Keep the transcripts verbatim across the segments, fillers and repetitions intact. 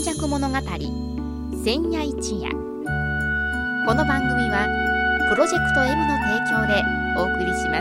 着物語千夜一夜。この番組はプロジェクト M の提供でお送りします。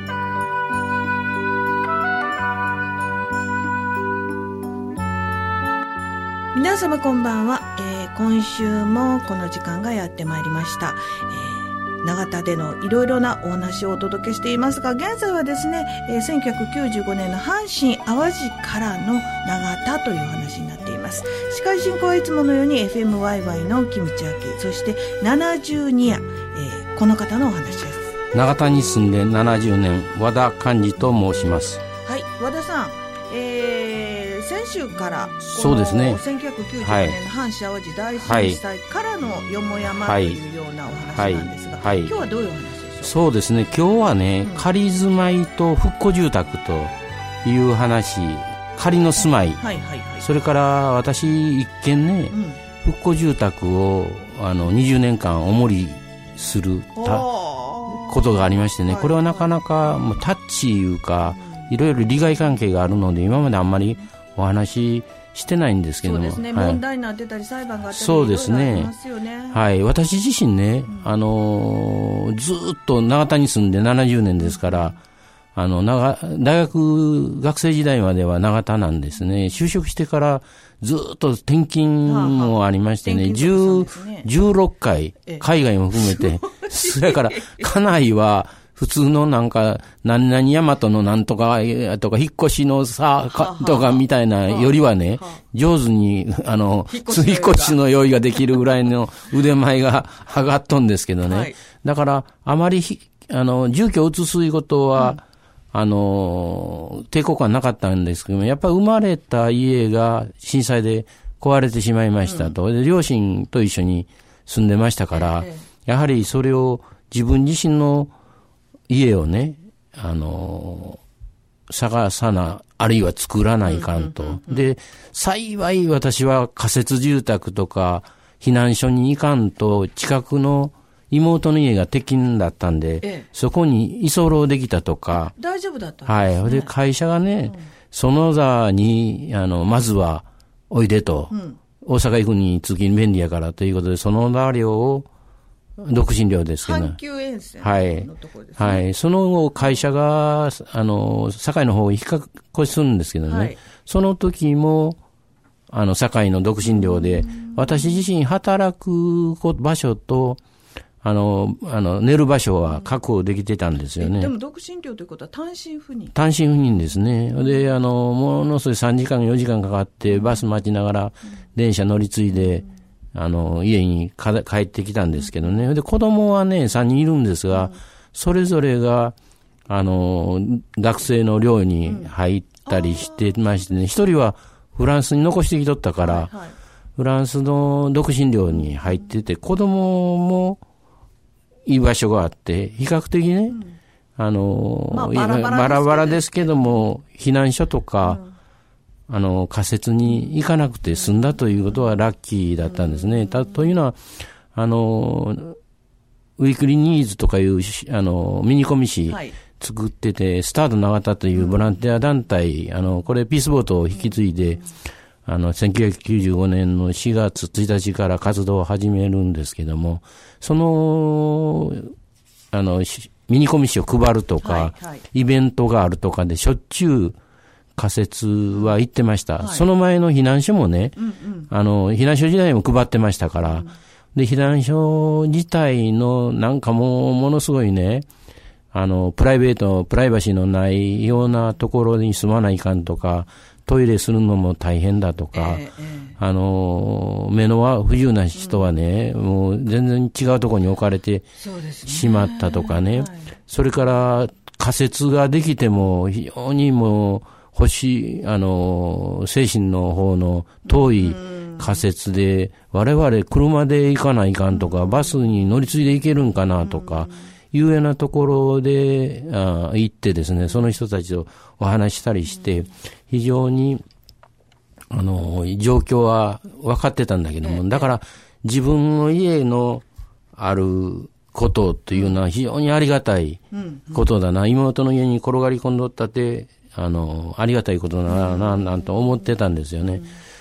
皆様こんばんは、えー、今週もこの時間がやってまいりました。えー、長田でのいろいろなお話をお届けしていますが、現在はですね、えー、せんきゅうひゃくきゅうじゅうごねんの阪神淡路からの長田という話になっています。司会進行はいつものように エフエムワイワイ のキムチアキ、そしてななじゅうに夜、えー、この方のお話です。 長田に住んでななじゅうねん、和田寛治と申します。 はい、和田さん、えー、先週からそうですね、 せんきゅうひゃくきゅうじゅうごねんの阪神淡路大震災からのよもやまというようなお話なんですが、はいはいはい、今日はどういうお話でしょうか。そうですね、 今日はね、うん、仮住まいと復興住宅という話、仮の住まい、はいはいはい、それから私一見ね、うん、復興住宅をあのにじゅうねんかんお守りすることがありましてね、これはなかなかもうタッチいうか、いろいろ利害関係があるので今まであんまりお話してないんですけども、 そうですね、はい、問題になってたり裁判があったり、 そうですね、 いろいろありますよね。 はい、私自身ね、うん、あのー、ずっと長田に住んでななじゅうねんですから、あの長大学学生時代までは長田なんですね。就職してからずっと転勤もありましてね、はあはあ、じゅう、じゅうろっかい海外も含めて、それから家内は普通のなんか何々大和のなんとかとか引っ越しのさとかみたいなよりはね、上手にあの引っ越しの用意ができるぐらいの腕前が上がっとんですけどね、はい、だからあまりあの住居を移すことは、うん、あの抵抗感なかったんですけども、やっぱり生まれた家が震災で壊れてしまいましたと、うん、で両親と一緒に住んでましたから、ええ、やはりそれを自分自身の家をね、あの探さな、あるいは作らないかんと、うんうんうんうん、で幸い私は仮設住宅とか避難所に行かんと、近くの妹の家が鉄筋だったんで、ええ、そこに居候できたとか、 大丈夫だったんですね。 はい。で、会社がね、うん、園座に、あの、まずは、おいでと、うん、大阪行くに通勤便利やからということで、園座寮を、独身寮ですけど、 阪急沿線のところですね。 はい。はい。その後、会社が、あの、堺の方に引っ越しするんですけどね、はい、その時も、あの、堺の独身寮で、私自身働く場所と、あの、あの、寝る場所は確保できてたんですよね。 でも独身寮ということは単身赴任？ 単身赴任ですね。で、あの、ものすごいさんじかんよじかんかかってバス待ちながら電車乗り継いで、あの、家にか帰ってきたんですけどね。で、子供はね、さんにんいるんですが、それぞれが、あの、学生の寮に入ったりしてましてね、一人はフランスに残してきとったから、はいはい、フランスの独身寮に入ってて、子供も、いい場所があって、比較的ね、うん、あの、まあ、バラバラバラバラですけども、避難所とか、うん、あの、仮設に行かなくて済んだということはラッキーだったんですね。たというのは、あの、ウィークリーニーズとかいう、あの、ミニコミ誌作ってて、はい、スタート永田というボランティア団体、うん、あの、これピースボートを引き継いで、うん、あの、せんきゅうひゃくきゅうじゅうごねんのしがつついたちから活動を始めるんですけども、その、あの、ミニコミ誌を配るとか、はいはい、イベントがあるとかでしょっちゅう仮設は行ってました。はい、その前の避難所もね、うんうん、あの、避難所時代も配ってましたから、うん、で、避難所自体のなんかもうものすごいね、あの、プライベート、プライバシーのないようなところに住まないかんとか、トイレするのも大変だとか、えーえー、あの、目の不自由な人はね、うん、もう全然違うところに置かれてしまったとかね、はい、それから仮設ができても非常にもう星、あの、精神の方の遠い仮設で、うん、我々車で行かないかんとか、バスに乗り継いで行けるんかなとか、いうようなところであ行ってですね、その人たちとお話したりして、非常に、あの、状況は分かってたんだけども、だから自分の家のあることというのは非常にありがたいことだな。妹の家に転がり込んどったって、あの、ありがたいことだな、なんと思ってたんですよね。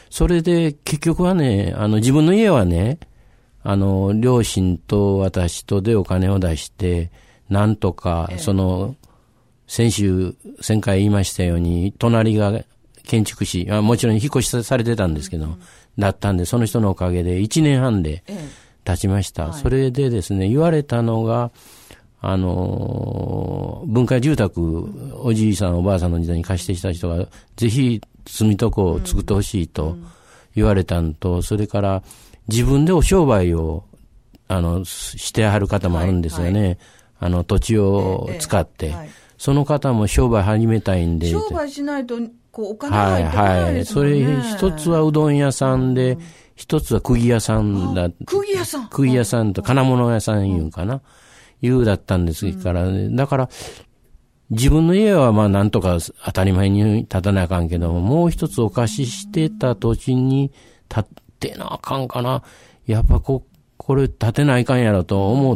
それで結局はね、あの自分の家はね、あの両親と私とでお金を出して、なんとかその、ええ、先週、前回言いましたように、隣が建築士、もちろん引っ越しされてたんですけど、うん、だったんで、その人のおかげでいちねんはんで経ちました。ええ、はい、それでですね、言われたのが、あの、分解住宅、うん、おじいさんおばあさんの時代に貸してきた人が、ぜひ住みとこを作ってほしいと言われたんと、それから自分でお商売を、あの、してはる方もあるんですよね。はいはい、あの、土地を使って。ええはい、その方も商売始めたいんで。 商売しないと、こう、お金入ってこないですもんね。はいはい。 それ、一つはうどん屋さんで、一、うん、つは釘屋さんだ。 釘屋さん釘屋さんと金物屋さん言うかな。うん、いうだったんですから、ね、だから、自分の家はまあなんとか当たり前に建たなあかんけども、もう一つお貸ししてた土地に建てなあかんかな。やっぱこ、これ建てないかんやろと思って、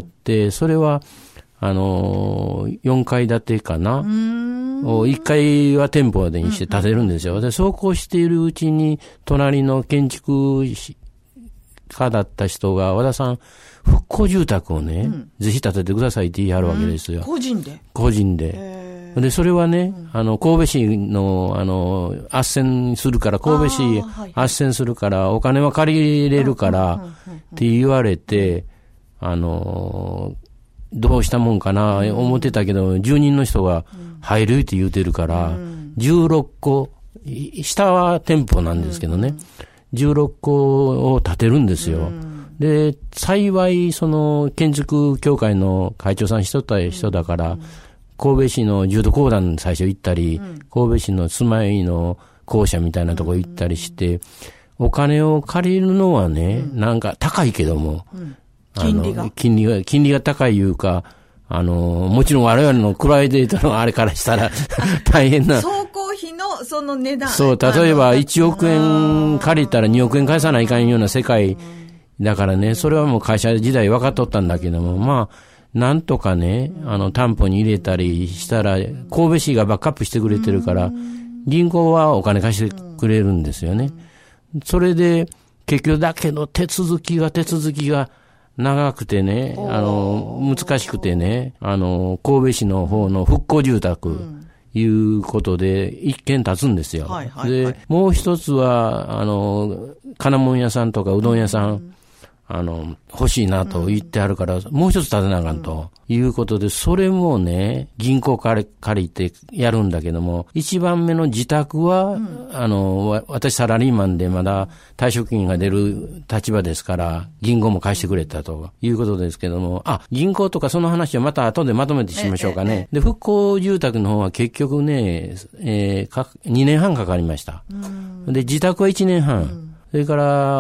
それは、あのー、よんかい建てかな。いっかいは店舗にして建てるんですよ。で、そうこうしているうちに、隣の建築家だった人が、和田さん、復興住宅をね、うん、ぜひ建ててくださいって言い張るわけですよ。 うん、個人で個人で。で、それはね、うん、あの、神戸市の、あの、斡旋するから、神戸市斡旋するから、お金は借りれるから、って言われて、あの、どうしたもんかな、思ってたけど、住人の人が入るって言うてるから、うん、じゅうろっこ、下は店舗なんですけどね、うん、じゅうろっこを建てるんですよ。うん、で、幸い、その、建築協会の会長さんしとった人だから、うん、神戸市の重度公団最初行ったり、うん、神戸市の住まいの公社みたいなとこ行ったりして、お金を借りるのはね、うん、なんか高いけども、うん金利が金利が、金利が高いいうか、あの、もちろん我々のクライデートのあれからしたら大変な。 総工費のその値段。 そう、例えばいちおくえん借りたらにおくえん返さないかんような世界だからね、それはもう会社時代分かっとったんだけども、まあ、なんとかね、あの、担保に入れたりしたら、神戸市がバックアップしてくれてるから、銀行はお金貸してくれるんですよね。それで、結局だけど手続きが手続きが、長くてね、あの、難しくてね、あの、神戸市の方の復興住宅、いうことで、一軒建つんですよ。はいはいはい、で、もう一つは、あの、金物屋さんとかうどん屋さん、うんあの、欲しいなと言ってあるから、うん、もう一つ建てなあかんと、いうことで、それもね、銀行から借りてやるんだけども、一番目の自宅は、うん、あの、私サラリーマンでまだ退職金が出る立場ですから、銀行も貸してくれたということですけども、あ、銀行とかその話はまた後でまとめてしましょうかね。で、復興住宅の方は結局ね、えー、かにねんはんかかりました。うん、で、自宅はいちねんはん。うんそれから、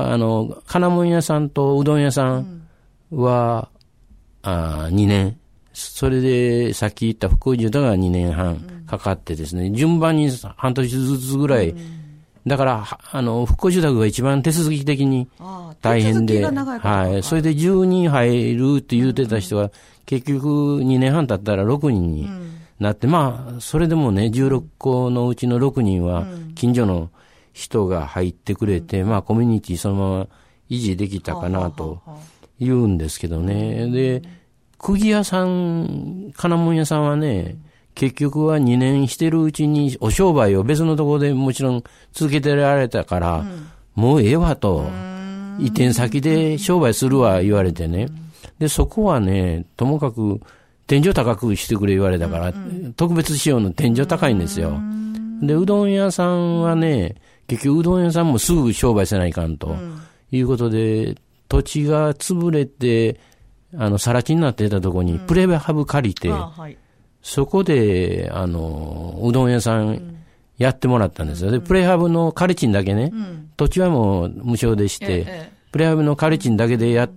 あの、金物屋さんとうどん屋さんは、うん、あにねん。それで、さっき言った復興住宅がにねんはんかかってですね、うん、順番に半年ずつぐらい、うん、だから、あの、復興住宅が一番手続き的に大変で、はい。それでじゅうにん入るって言ってた人は、結局にねんはん経ったらろくにんになって、うん、まあ、それでもね、じゅうろっこのうちのろくにんは、近所の人が入ってくれて、うん、まあコミュニティそのまま維持できたかなと言うんですけどね。で、釘屋さん、金物屋さんはね、結局はにねんしてるうちにお商売を別のところでもちろん続けてられたから、うん、もうええわと、移転先で商売するわ言われてね。で、そこはね、ともかく天井高くしてくれ言われたから、うんうん、特別仕様の天井高いんですよ。で、うどん屋さんはね、結局うどん屋さんもすぐ商売せないかんと、うん、いうことで、土地が潰れて、あの、更地になってたところにプレハブ借りて、うんはい、そこで、あの、うどん屋さんやってもらったんですよ。で、プレハブの借り賃だけね、うん、土地はもう無償でして、ええ、プレハブの借り賃だけでやって、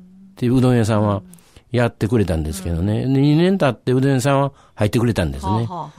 うどん屋さんはやってくれたんですけどね。で、にねん経ってうどん屋さんは入ってくれたんですね。はあはあ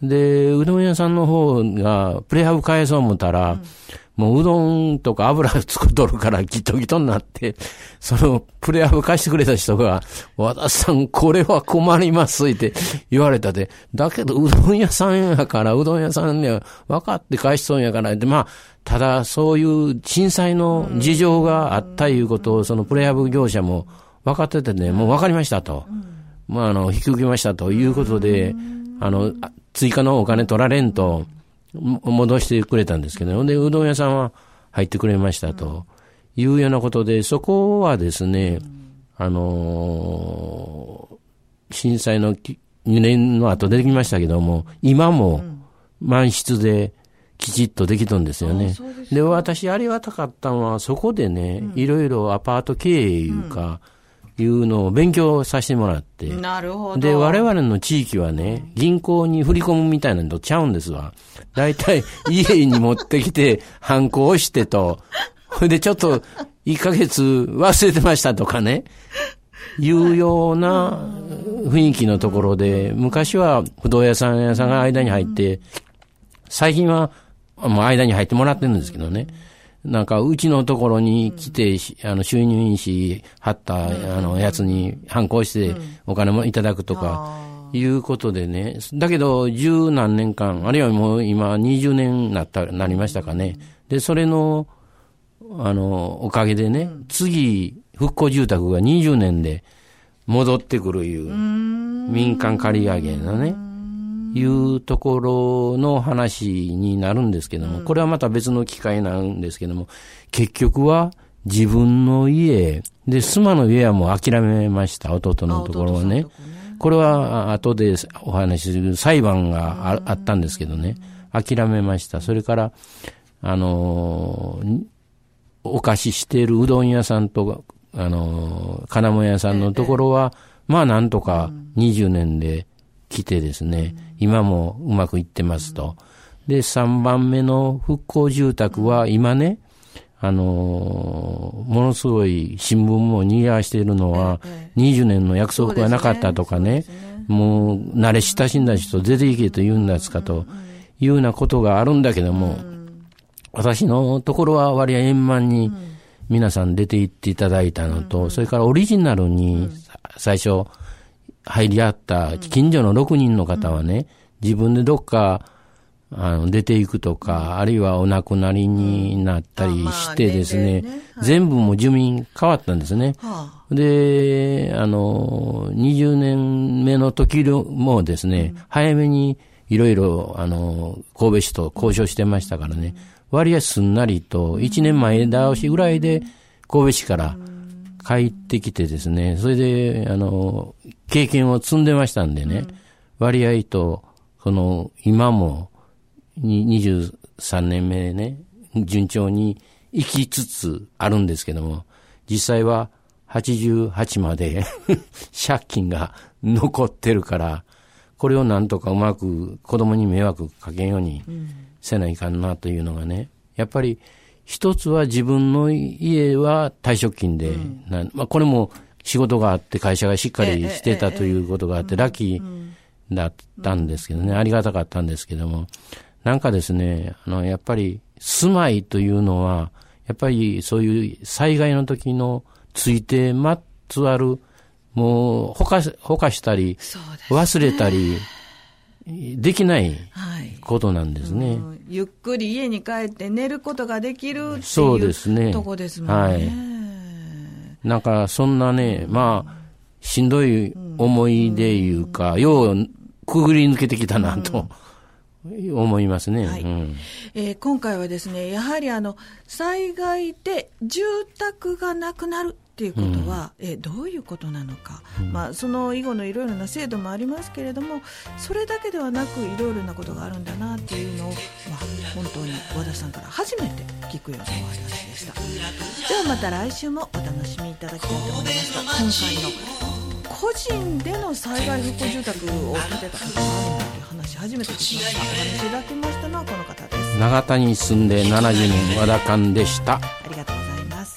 で、うどん屋さんの方がプレハブ返そう思ったら、うん、もううどんとか油作っとるからギトギトになって、そのプレハブ貸してくれた人が、和田さんこれは困りますって言われたで、だけどうどん屋さんやから、うどん屋さんには分かって返しそうやからって、まあ、ただそういう震災の事情があったいうことを、そのプレハブ業者も分かっててね、もう分かりましたと。まあ、あの、引き受けましたということで、あの、追加のお金取られんと、戻してくれたんですけど、で、うどん屋さんは入ってくれましたというようなことで、そこはですね、あのー、震災のにねんの後出てきましたけども、今も満室できちっとできとんですよね。で、私ありがたかったのは、そこでね、いろいろアパート経営いうか、いうのを勉強させてもらって。 なるほど。 で、我々の地域はね、銀行に振り込むみたいなのとちゃうんですわ。だいたい家に持ってきて、ハンコをしてと、で、ちょっといっかげつ忘れてましたとかね、いうような雰囲気のところで、昔は不動屋さん屋さんが間に入って、最近はもう間に入ってもらってるんですけどね。なんか、うちのところに来て、うん、あの、収入印紙貼った、うん、あの、やつに反抗してお金もいただくとか、いうことでね。だけど、十何年間、あるいはもう今にじゅうねんなった、なりましたかね。で、それの、あの、おかげでね、うん、次、復興住宅がにじゅうねんで戻ってくるいう、民間借り上げのね。いうところの話になるんですけども、これはまた別の機会なんですけども、結局は自分の家で、妻の家はもう諦めました、弟のところはね。これは後でお話しする裁判が あ, あったんですけどね、諦めました。それから、あのー、お貸ししているうどん屋さんと、あのー、金物屋さんのところは、まあなんとかにじゅうねんで来てですね、今もうまくいってますと。で、さんばんめの復興住宅は今ね、あのー、ものすごい新聞も賑わしているのは、にじゅうねんの約束がなかったとかね、もう慣れ親しんだ人出ていけと言うんですかというようなことがあるんだけども、私のところは割合円満に皆さん出て行っていただいたのと、それからオリジナルに最初、入り合った近所のろくにんの方はね、自分でどっかあの出ていくとか、あるいはお亡くなりになったりしてですね、全部も住民変わったんですね。で、あの、にじゅうねんめの時もですね、早めにいろいろあの、神戸市と交渉してましたからね、割合すんなりといちねんまえ倒しぐらいで神戸市から帰ってきてですね、それで、あの、経験を積んでましたんでね、うん、割合と、その、今も、にじゅうさんねんめね、順調に行きつつあるんですけども、実際ははちじゅうはちまで借金が残ってるから、これをなんとかうまく子供に迷惑かけんようにせないかんなというのがね、やっぱり、一つは自分の家は退職金で、うんなまあ、これも仕事があって会社がしっかりしてたということがあってラッキーだったんですけどね、ありがたかったんですけども、なんかですね、あのやっぱり住まいというのはやっぱりそういう災害の時のついてまつわるもうほかほかしたり、忘れたりできないことなんですね、はいうん、 ゆっくり家に帰って寝ることができるっていうそうですねとこですもんね、はい、 なんかそんなね、まあしんどい思いでいうか、うん、ようくぐり抜けてきたなと、うん、思いますね、はいうんえー、今回はですね、やはりあの災害で住宅がなくなるっていうことは、うん、えどういうことなのか、うんまあ、その以後のいろいろな制度もありますけれども、それだけではなくいろいろなことがあるんだなっていうのを、まあ、本当に和田さんから初めて聞くようなお話でした。ではまた来週もお楽しみいただきたいと思いますが、今回の個人での災害復興住宅を建てたことがあるんだという話初めて聞きました。お話いただきましたのはこの方です。 長田に住んでななじゅうねん和田寛でした。 ありがとうございます。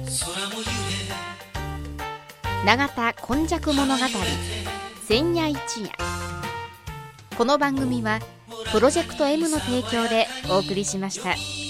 永田今昔物語千夜一夜。この番組はプロジェクト M の提供でお送りしました。